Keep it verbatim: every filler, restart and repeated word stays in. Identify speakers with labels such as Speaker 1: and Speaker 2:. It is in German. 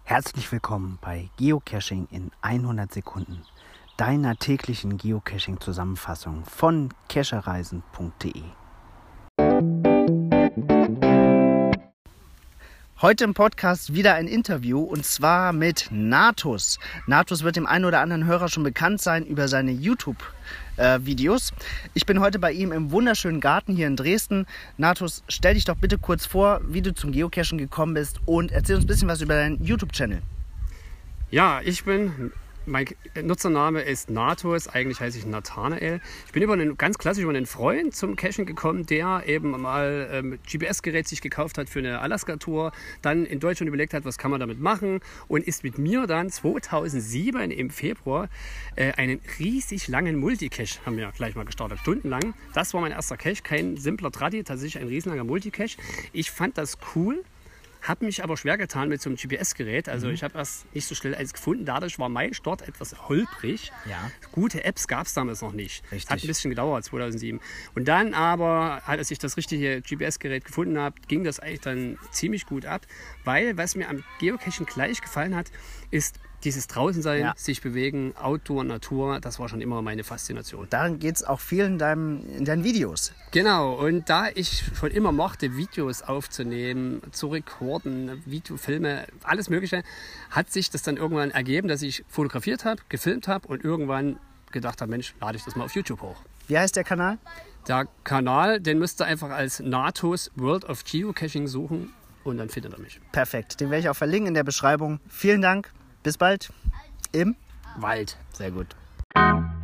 Speaker 1: Herzlich willkommen bei Geocaching in hundert Sekunden, deiner täglichen Geocaching-Zusammenfassung von cachereisen punkt de. Heute im Podcast wieder ein Interview und zwar mit Natus. Natus wird dem einen oder anderen Hörer schon bekannt sein über seine YouTube-Videos. Ich bin heute bei ihm im wunderschönen Garten hier in Dresden. Natus, stell dich doch bitte kurz vor, wie du zum Geocachen gekommen bist und erzähl uns ein bisschen was über deinen YouTube-Channel.
Speaker 2: Ja, ich bin, mein Nutzername ist Natus, eigentlich heiße ich Nathanael. Ich bin über einen, ganz klassisch über einen Freund zum Cachen gekommen, der eben mal ähm, G P S-Gerät sich gekauft hat für eine Alaska-Tour, dann in Deutschland überlegt hat, was kann man damit machen und ist mit mir dann zweitausendsieben im Februar äh, einen riesig langen Multicache, haben wir gleich mal gestartet, stundenlang. Das war mein erster Cache, kein simpler Traddy, tatsächlich ein riesenlanger Multicache. Ich fand das cool. Habe mich aber schwer getan mit so einem G P S-Gerät. Also mhm. ich habe das nicht so schnell als gefunden. Dadurch war mein Start etwas holprig.
Speaker 1: Ja.
Speaker 2: Gute Apps gab es damals noch nicht.
Speaker 1: Richtig.
Speaker 2: Hat ein bisschen gedauert, zweitausendsieben. Und dann aber, als ich das richtige G P S-Gerät gefunden habe, ging das eigentlich dann ziemlich gut ab. Weil, was mir am Geocaching gleich gefallen hat, ist dieses Draußensein, ja. sich bewegen, Outdoor, Natur, das war schon immer meine Faszination.
Speaker 1: Daran geht es auch viel in, deinem, in deinen Videos.
Speaker 2: Genau, und da ich schon immer mochte, Videos aufzunehmen, zu rekorden, Videofilme, alles Mögliche, hat sich das dann irgendwann ergeben, dass ich fotografiert habe, gefilmt habe und irgendwann gedacht habe, Mensch, lade ich das mal auf YouTube hoch.
Speaker 1: Wie heißt der Kanal?
Speaker 2: Der Kanal, den müsst ihr einfach als Natus World of Geocaching suchen und dann findet ihr mich.
Speaker 1: Perfekt, den werde ich auch verlinken in der Beschreibung. Vielen Dank. Bis bald im
Speaker 2: Wald.
Speaker 1: Sehr gut.